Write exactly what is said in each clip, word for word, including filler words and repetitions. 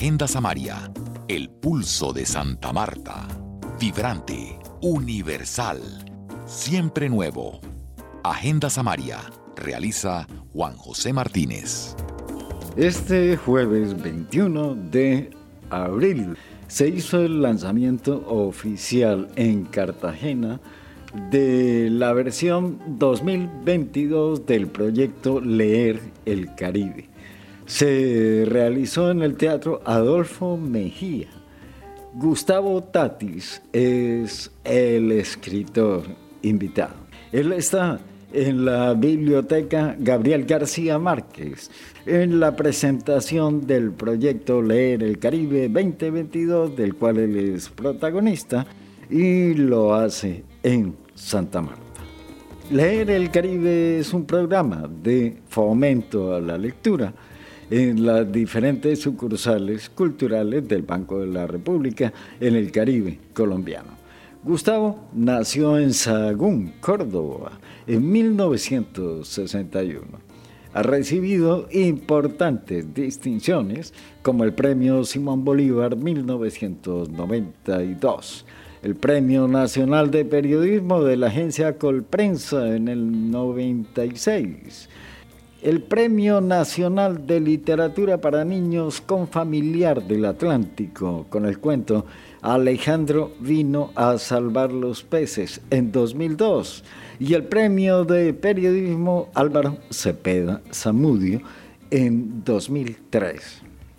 Agenda Samaria, el pulso de Santa Marta. Vibrante, universal, siempre nuevo. Agenda Samaria, realiza Juan José Martínez. Este jueves veintiuno de abril se hizo el lanzamiento oficial en Cartagena de la versión dos mil veintidós del proyecto Leer el Caribe. Se realizó en el Teatro Adolfo Mejía. Gustavo Tatis es el escritor invitado. Él está en la Biblioteca Gabriel García Márquez, en la presentación del proyecto Leer el Caribe veinte veintidós, del cual él es protagonista, y lo hace en Santa Marta. Leer el Caribe es un programa de fomento a la lectura en las diferentes sucursales culturales del Banco de la República en el Caribe colombiano. Gustavo nació en Sahagún, Córdoba, en mil novecientos sesenta y uno. Ha recibido importantes distinciones como el Premio Simón Bolívar mil novecientos noventa y dos, el Premio Nacional de Periodismo de la agencia Colprensa en el noventa y seis, el Premio Nacional de Literatura para Niños con Familiar del Atlántico con el cuento Alejandro vino a salvar los peces en dos mil dos y el Premio de Periodismo Álvaro Cepeda Zamudio en dos mil tres.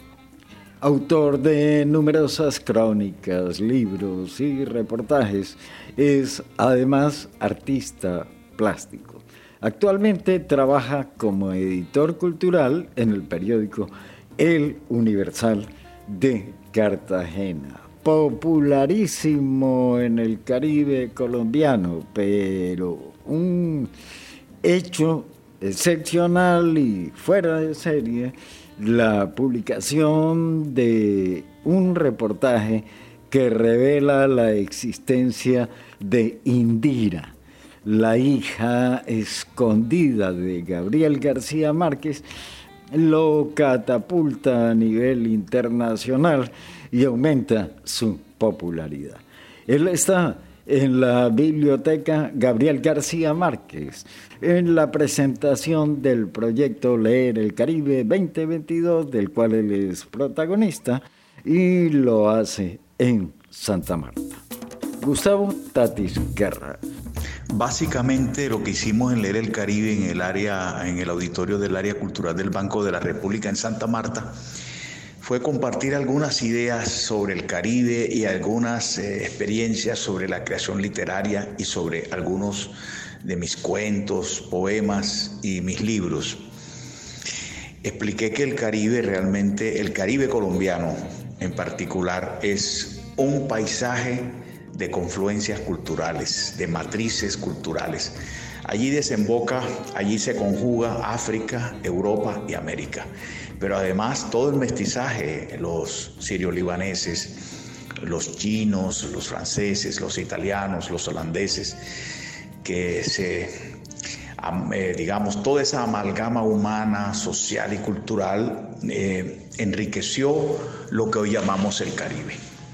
Autor de numerosas crónicas, libros y reportajes, es además artista plástico. Actualmente trabaja como editor cultural en el periódico El Universal de Cartagena. Popularísimo en el Caribe colombiano, pero un hecho excepcional y fuera de serie, la publicación de un reportaje que revela la existencia de Indira, la hija escondida de Gabriel García Márquez, lo catapulta a nivel internacional y aumenta su popularidad. Él está en la Biblioteca Gabriel García Márquez, en la presentación del proyecto Leer el Caribe veinte veintidós, del cual él es protagonista, y lo hace en Santa Marta. Gustavo Tatis Guerra. Básicamente lo que hicimos en Leer el Caribe en el área, en el auditorio del área cultural del Banco de la República en Santa Marta, fue compartir algunas ideas sobre el Caribe y algunas eh, experiencias sobre la creación literaria y sobre algunos de mis cuentos, poemas y mis libros. Expliqué que el Caribe realmente, el Caribe colombiano en particular, es un paisaje de confluencias culturales, de matrices culturales. Allí desemboca, allí se conjuga África, Europa y América. Pero además todo el mestizaje, los sirio-libaneses, los chinos, los franceses, los italianos, los holandeses, que se, eh, digamos, toda esa amalgama humana, social y cultural eh, enriqueció lo que hoy llamamos el Caribe.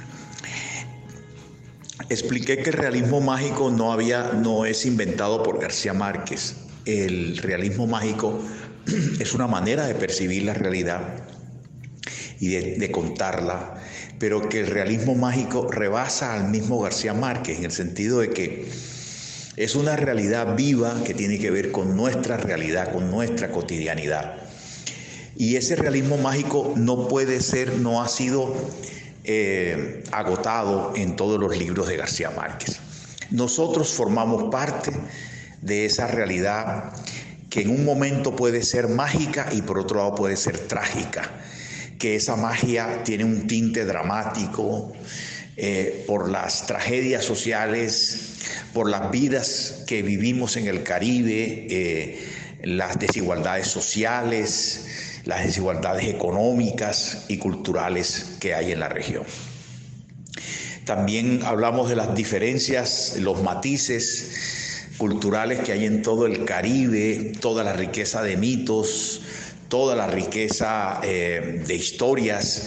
Expliqué que el realismo mágico no, había, no es inventado por García Márquez. El realismo mágico es una manera de percibir la realidad y de, de contarla, pero que el realismo mágico rebasa al mismo García Márquez en el sentido de que es una realidad viva que tiene que ver con nuestra realidad, con nuestra cotidianidad. Y ese realismo mágico no puede ser, no ha sido eh, agotado en todos los libros de García Márquez. Nosotros formamos parte de esa realidad que en un momento puede ser mágica y por otro lado puede ser trágica, que esa magia tiene un tinte dramático eh, por las tragedias sociales, por las vidas que vivimos en el Caribe, eh, las desigualdades sociales, las desigualdades económicas y culturales que hay en la región. También hablamos de las diferencias, los matices culturales que hay en todo el Caribe, toda la riqueza de mitos, toda la riqueza eh, de historias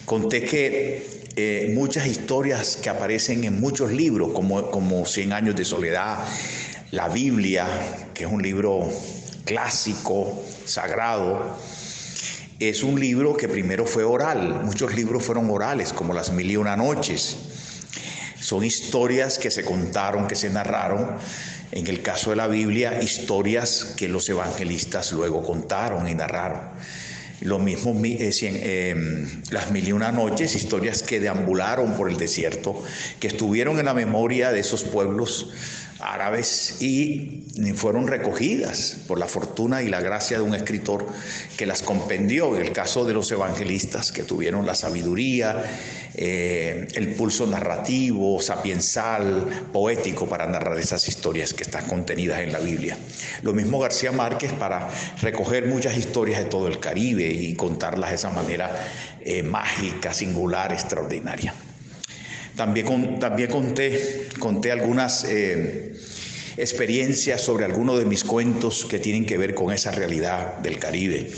Conté que eh, muchas historias que aparecen en muchos libros, como, como Cien años de soledad, la Biblia, que es un libro clásico, sagrado, es un libro que primero fue oral. Muchos libros fueron orales, como Las Mil y Una Noches. Son historias que se contaron, que se narraron. En el caso de la Biblia, historias que los evangelistas luego contaron y narraron. Lo mismo eh, eh, Las Mil y Una Noches, historias que deambularon por el desierto, que estuvieron en la memoria de esos pueblos árabes y fueron recogidas por la fortuna y la gracia de un escritor que las compendió. En el caso de los evangelistas, que tuvieron la sabiduría, eh, el pulso narrativo, sapiensal, poético para narrar esas historias que están contenidas en la Biblia. Lo mismo García Márquez, para recoger muchas historias de todo el Caribe y contarlas de esa manera eh, mágica, singular, extraordinaria. También, con, también conté, conté algunas eh, experiencias sobre algunos de mis cuentos que tienen que ver con esa realidad del Caribe.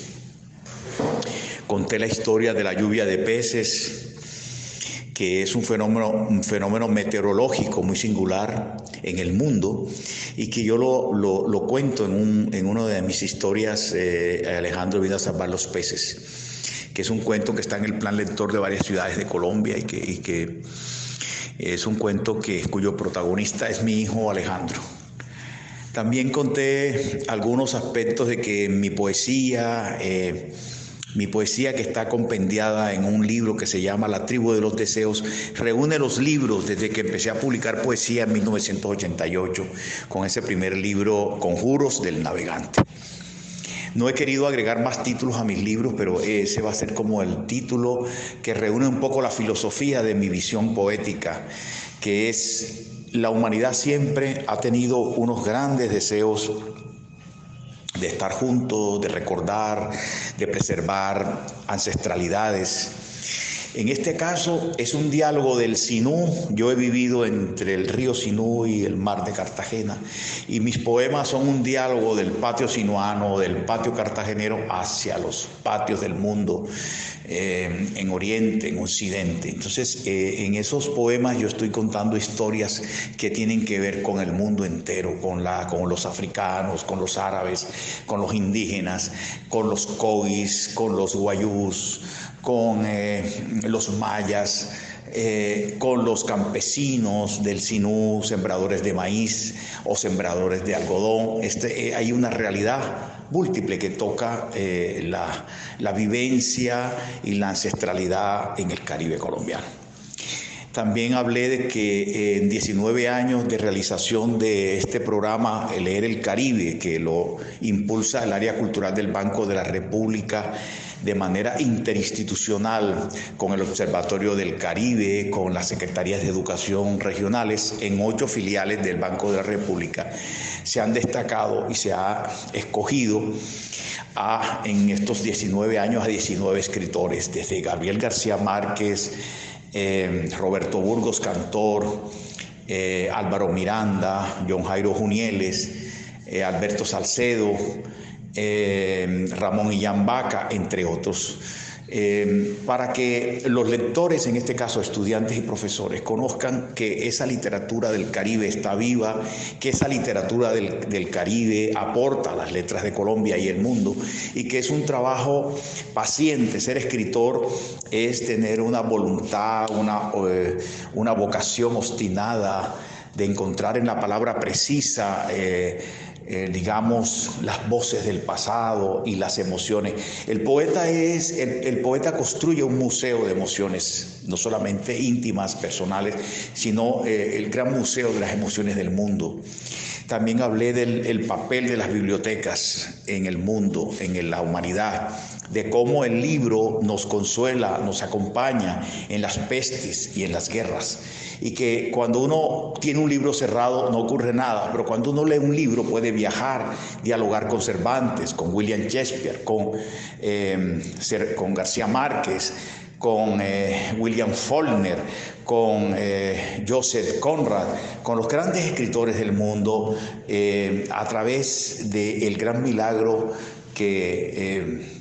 Conté la historia de la lluvia de peces, que es un fenómeno, un fenómeno meteorológico muy singular en el mundo y que yo lo, lo, lo cuento en, un, en una de mis historias, eh, Alejandro vino a salvar los peces, que es un cuento que está en el plan lector de varias ciudades de Colombia y que... Y que es un cuento que, cuyo protagonista es mi hijo Alejandro. También conté algunos aspectos de que mi poesía, eh, mi poesía que está compendiada en un libro que se llama La Tribu de los Deseos, reúne los libros desde que empecé a publicar poesía en mil novecientos ochenta y ocho, con ese primer libro, Conjuros del Navegante. No he querido agregar más títulos a mis libros, pero ese va a ser como el título que reúne un poco la filosofía de mi visión poética, que es: la humanidad siempre ha tenido unos grandes deseos de estar juntos, de recordar, de preservar ancestralidades. En este caso es un diálogo del Sinú. Yo he vivido entre el río Sinú y el mar de Cartagena y mis poemas son un diálogo del patio sinuano, del patio cartagenero hacia los patios del mundo, eh, en Oriente, en Occidente. Entonces eh, en esos poemas yo estoy contando historias que tienen que ver con el mundo entero, con, la, con los africanos, con los árabes, con los indígenas, con los cois, con los guayús, con eh, los mayas, eh, con los campesinos del Sinú, sembradores de maíz o sembradores de algodón. Este, eh, hay una realidad múltiple que toca eh, la, la vivencia y la ancestralidad en el Caribe colombiano. También hablé de que en diecinueve años de realización de este programa, Leer el Caribe, que lo impulsa el área cultural del Banco de la República de manera interinstitucional, con el Observatorio del Caribe, con las Secretarías de Educación regionales, en ocho filiales del Banco de la República, se han destacado y se ha escogido a, en estos diecinueve años, a diecinueve escritores, desde Gabriel García Márquez, eh, Roberto Burgos Cantor, eh, Álvaro Miranda, John Jairo Junieles, eh, Alberto Salcedo, Eh, Ramón Illán Vaca, entre otros, eh, para que los lectores, en este caso estudiantes y profesores, conozcan que esa literatura del Caribe está viva, que esa literatura del, del Caribe aporta a las letras de Colombia y el mundo, y que es un trabajo paciente. Ser escritor es tener una voluntad, una, eh, una vocación obstinada de encontrar en la palabra precisa eh, Eh, digamos, las voces del pasado y las emociones. El poeta es, el, el poeta construye un museo de emociones, no solamente íntimas, personales, sino eh, el gran museo de las emociones del mundo. También hablé del el papel de las bibliotecas en el mundo, en la humanidad, de cómo el libro nos consuela, nos acompaña en las pestes y en las guerras. Y que cuando uno tiene un libro cerrado no ocurre nada, pero cuando uno lee un libro puede viajar, dialogar con Cervantes, con William Shakespeare, con, eh, con García Márquez, con eh, William Faulkner, con eh, Joseph Conrad, con los grandes escritores del mundo, eh, a través del gran milagro que, eh,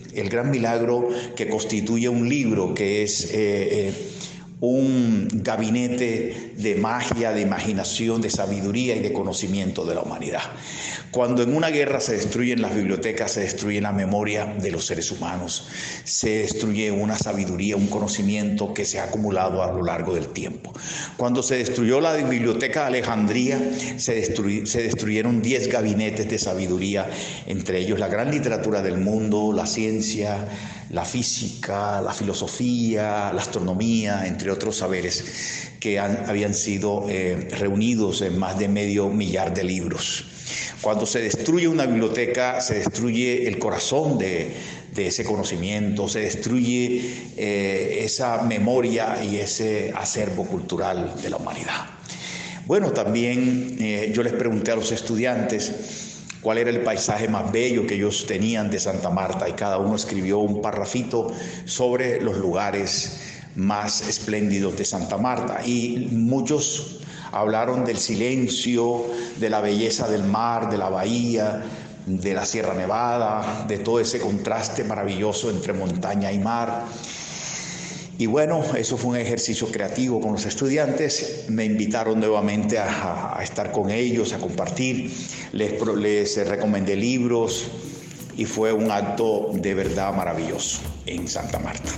el gran milagro que constituye un libro, que es eh, eh, un gabinete de magia, de imaginación, de sabiduría y de conocimiento de la humanidad. Cuando en una guerra se destruyen las bibliotecas, se destruye la memoria de los seres humanos, se destruye una sabiduría, un conocimiento que se ha acumulado a lo largo del tiempo. Cuando se destruyó la Biblioteca de Alejandría, se, destruy, se destruyeron diez gabinetes de sabiduría, entre ellos la gran literatura del mundo, la ciencia, la física, la filosofía, la astronomía, entre otros saberes que han, habían sido eh, reunidos en más de medio millar de libros. Cuando se destruye una biblioteca, se destruye el corazón de, de ese conocimiento, se destruye eh, esa memoria y ese acervo cultural de la humanidad. Bueno, también eh, yo les pregunté a los estudiantes cuál era el paisaje más bello que ellos tenían de Santa Marta, y cada uno escribió un parrafito sobre los lugares más espléndidos de Santa Marta, y muchos hablaron del silencio, de la belleza del mar, de la bahía, de la Sierra Nevada, de todo ese contraste maravilloso entre montaña y mar. Y bueno, eso fue un ejercicio creativo con los estudiantes. Me invitaron nuevamente a, a estar con ellos, a compartir. Les, les recomendé libros y fue un acto de verdad maravilloso en Santa Marta.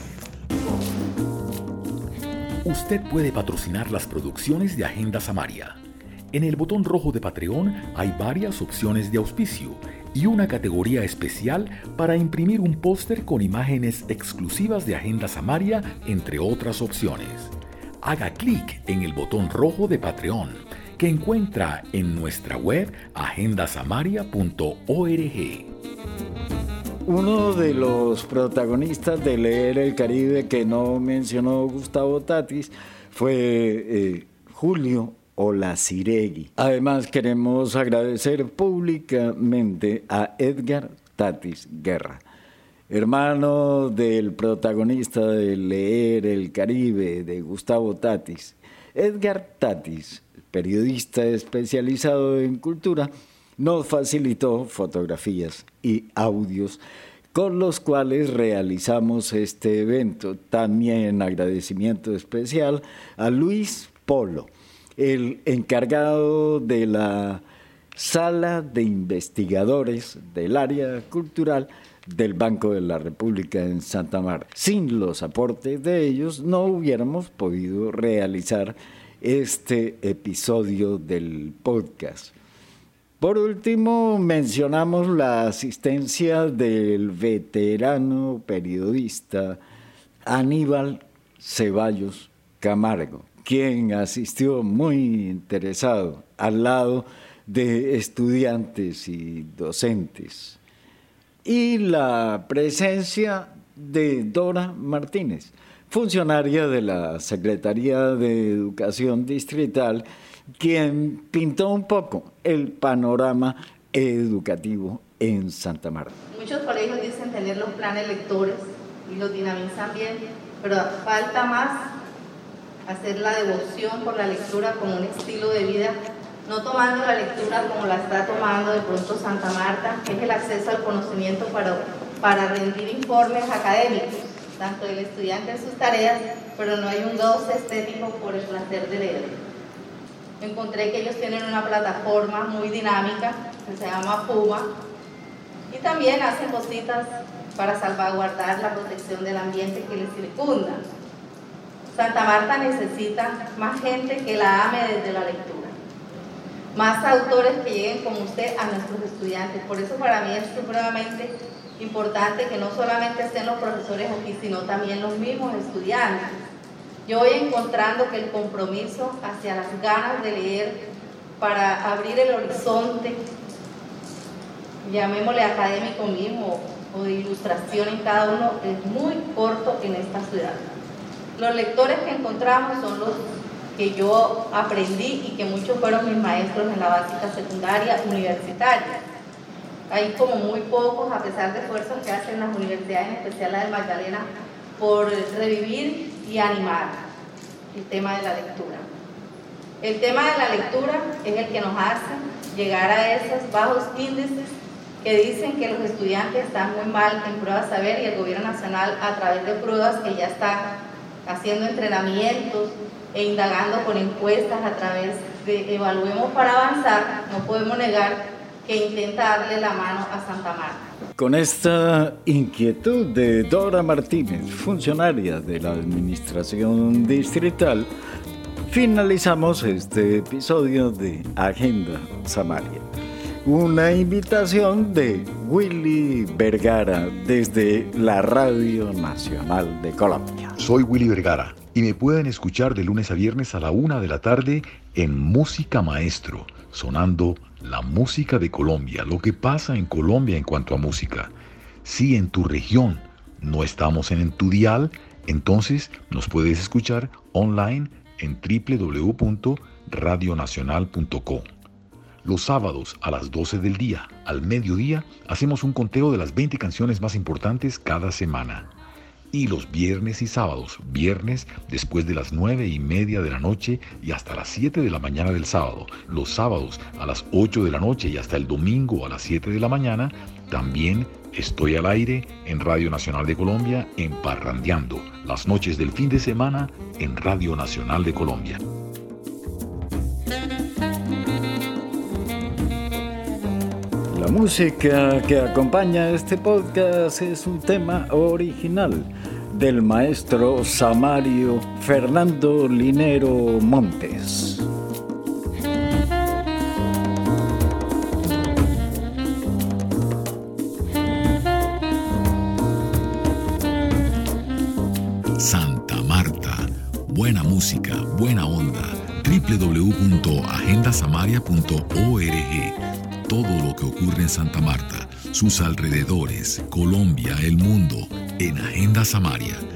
Usted puede patrocinar las producciones de Agenda Samaria. En el botón rojo de Patreon hay varias opciones de auspicio y una categoría especial para imprimir un póster con imágenes exclusivas de Agenda Samaria, entre otras opciones. Haga clic en el botón rojo de Patreon, que encuentra en nuestra web agenda samaria punto org. Uno de los protagonistas de Leer el Caribe que no mencionó Gustavo Tatis fue eh, Julio Olaciregui. Además, queremos agradecer públicamente a Edgar Tatis Guerra, hermano del protagonista de Leer el Caribe, de Gustavo Tatis. Edgar Tatis, periodista especializado en cultura, nos facilitó fotografías y audios con los cuales realizamos este evento. También agradecimiento especial a Luis Polo, el encargado de la Sala de Investigadores del Área Cultural del Banco de la República en Santa Marta. Sin los aportes de ellos no hubiéramos podido realizar este episodio del podcast. Por último, mencionamos la asistencia del veterano periodista Aníbal Ceballos Camargo, quien asistió muy interesado al lado de estudiantes y docentes. Y la presencia de Dora Martínez, funcionaria de la Secretaría de Educación Distrital, quien pintó un poco el panorama educativo en Santa Marta. Muchos colegios dicen tener los planes lectores y los dinamizan bien, pero falta más hacer la devoción por la lectura como un estilo de vida, no tomando la lectura como la está tomando de pronto Santa Marta, que es el acceso al conocimiento para, para rendir informes académicos, tanto del estudiante en sus tareas, pero no hay un goce estético por el placer de leer. Encontré que ellos tienen una plataforma muy dinámica que se llama Puma, y también hacen cositas para salvaguardar la protección del ambiente que les circunda. Santa Marta necesita más gente que la ame desde la lectura, más autores que lleguen como usted a nuestros estudiantes. Por eso para mí es supremamente importante que no solamente estén los profesores aquí, sino también los mismos estudiantes. Yo voy encontrando que el compromiso hacia las ganas de leer para abrir el horizonte, llamémosle académico mismo o de ilustración en cada uno, es muy corto en esta ciudad. Los lectores que encontramos son los que yo aprendí y que muchos fueron mis maestros en la básica secundaria universitaria. Hay como muy pocos, a pesar de esfuerzos que hacen las universidades, en especial la de Magdalena, por revivir y animar el tema de la lectura. El tema de la lectura es el que nos hace llegar a esos bajos índices que dicen que los estudiantes están muy mal en pruebas saber y el gobierno nacional a través de pruebas que ya está haciendo entrenamientos e indagando con encuestas a través de Evaluemos para Avanzar, no podemos negar que intenta darle la mano a Santa Marta. Con esta inquietud de Dora Martínez, funcionaria de la Administración Distrital, finalizamos este episodio de Agenda Samaria. Una invitación de Willy Vergara desde la Radio Nacional de Colombia. Soy Willy Vergara y me pueden escuchar de lunes a viernes a la una de la tarde en Música Maestro, sonando la música de Colombia, lo que pasa en Colombia en cuanto a música. Si en tu región no estamos en tu dial, entonces nos puedes escuchar online en doble u doble u doble u punto radio nacional punto co. Los sábados a las doce del día, al mediodía, hacemos un conteo de las veinte canciones más importantes cada semana. Y los viernes y sábados, viernes después de las nueve y media de la noche y hasta las siete de la mañana del sábado, los sábados a las ocho de la noche y hasta el domingo a las siete de la mañana, también estoy al aire en Radio Nacional de Colombia en Parrandeando, las noches del fin de semana en Radio Nacional de Colombia. La música que acompaña este podcast es un tema original del maestro samario Fernando Linero Montes. Santa Marta, buena música, buena onda. doble u doble u doble u punto agenda samaria punto org. Todo lo que ocurre en Santa Marta, sus alrededores, Colombia, el mundo, en Agenda Samaria.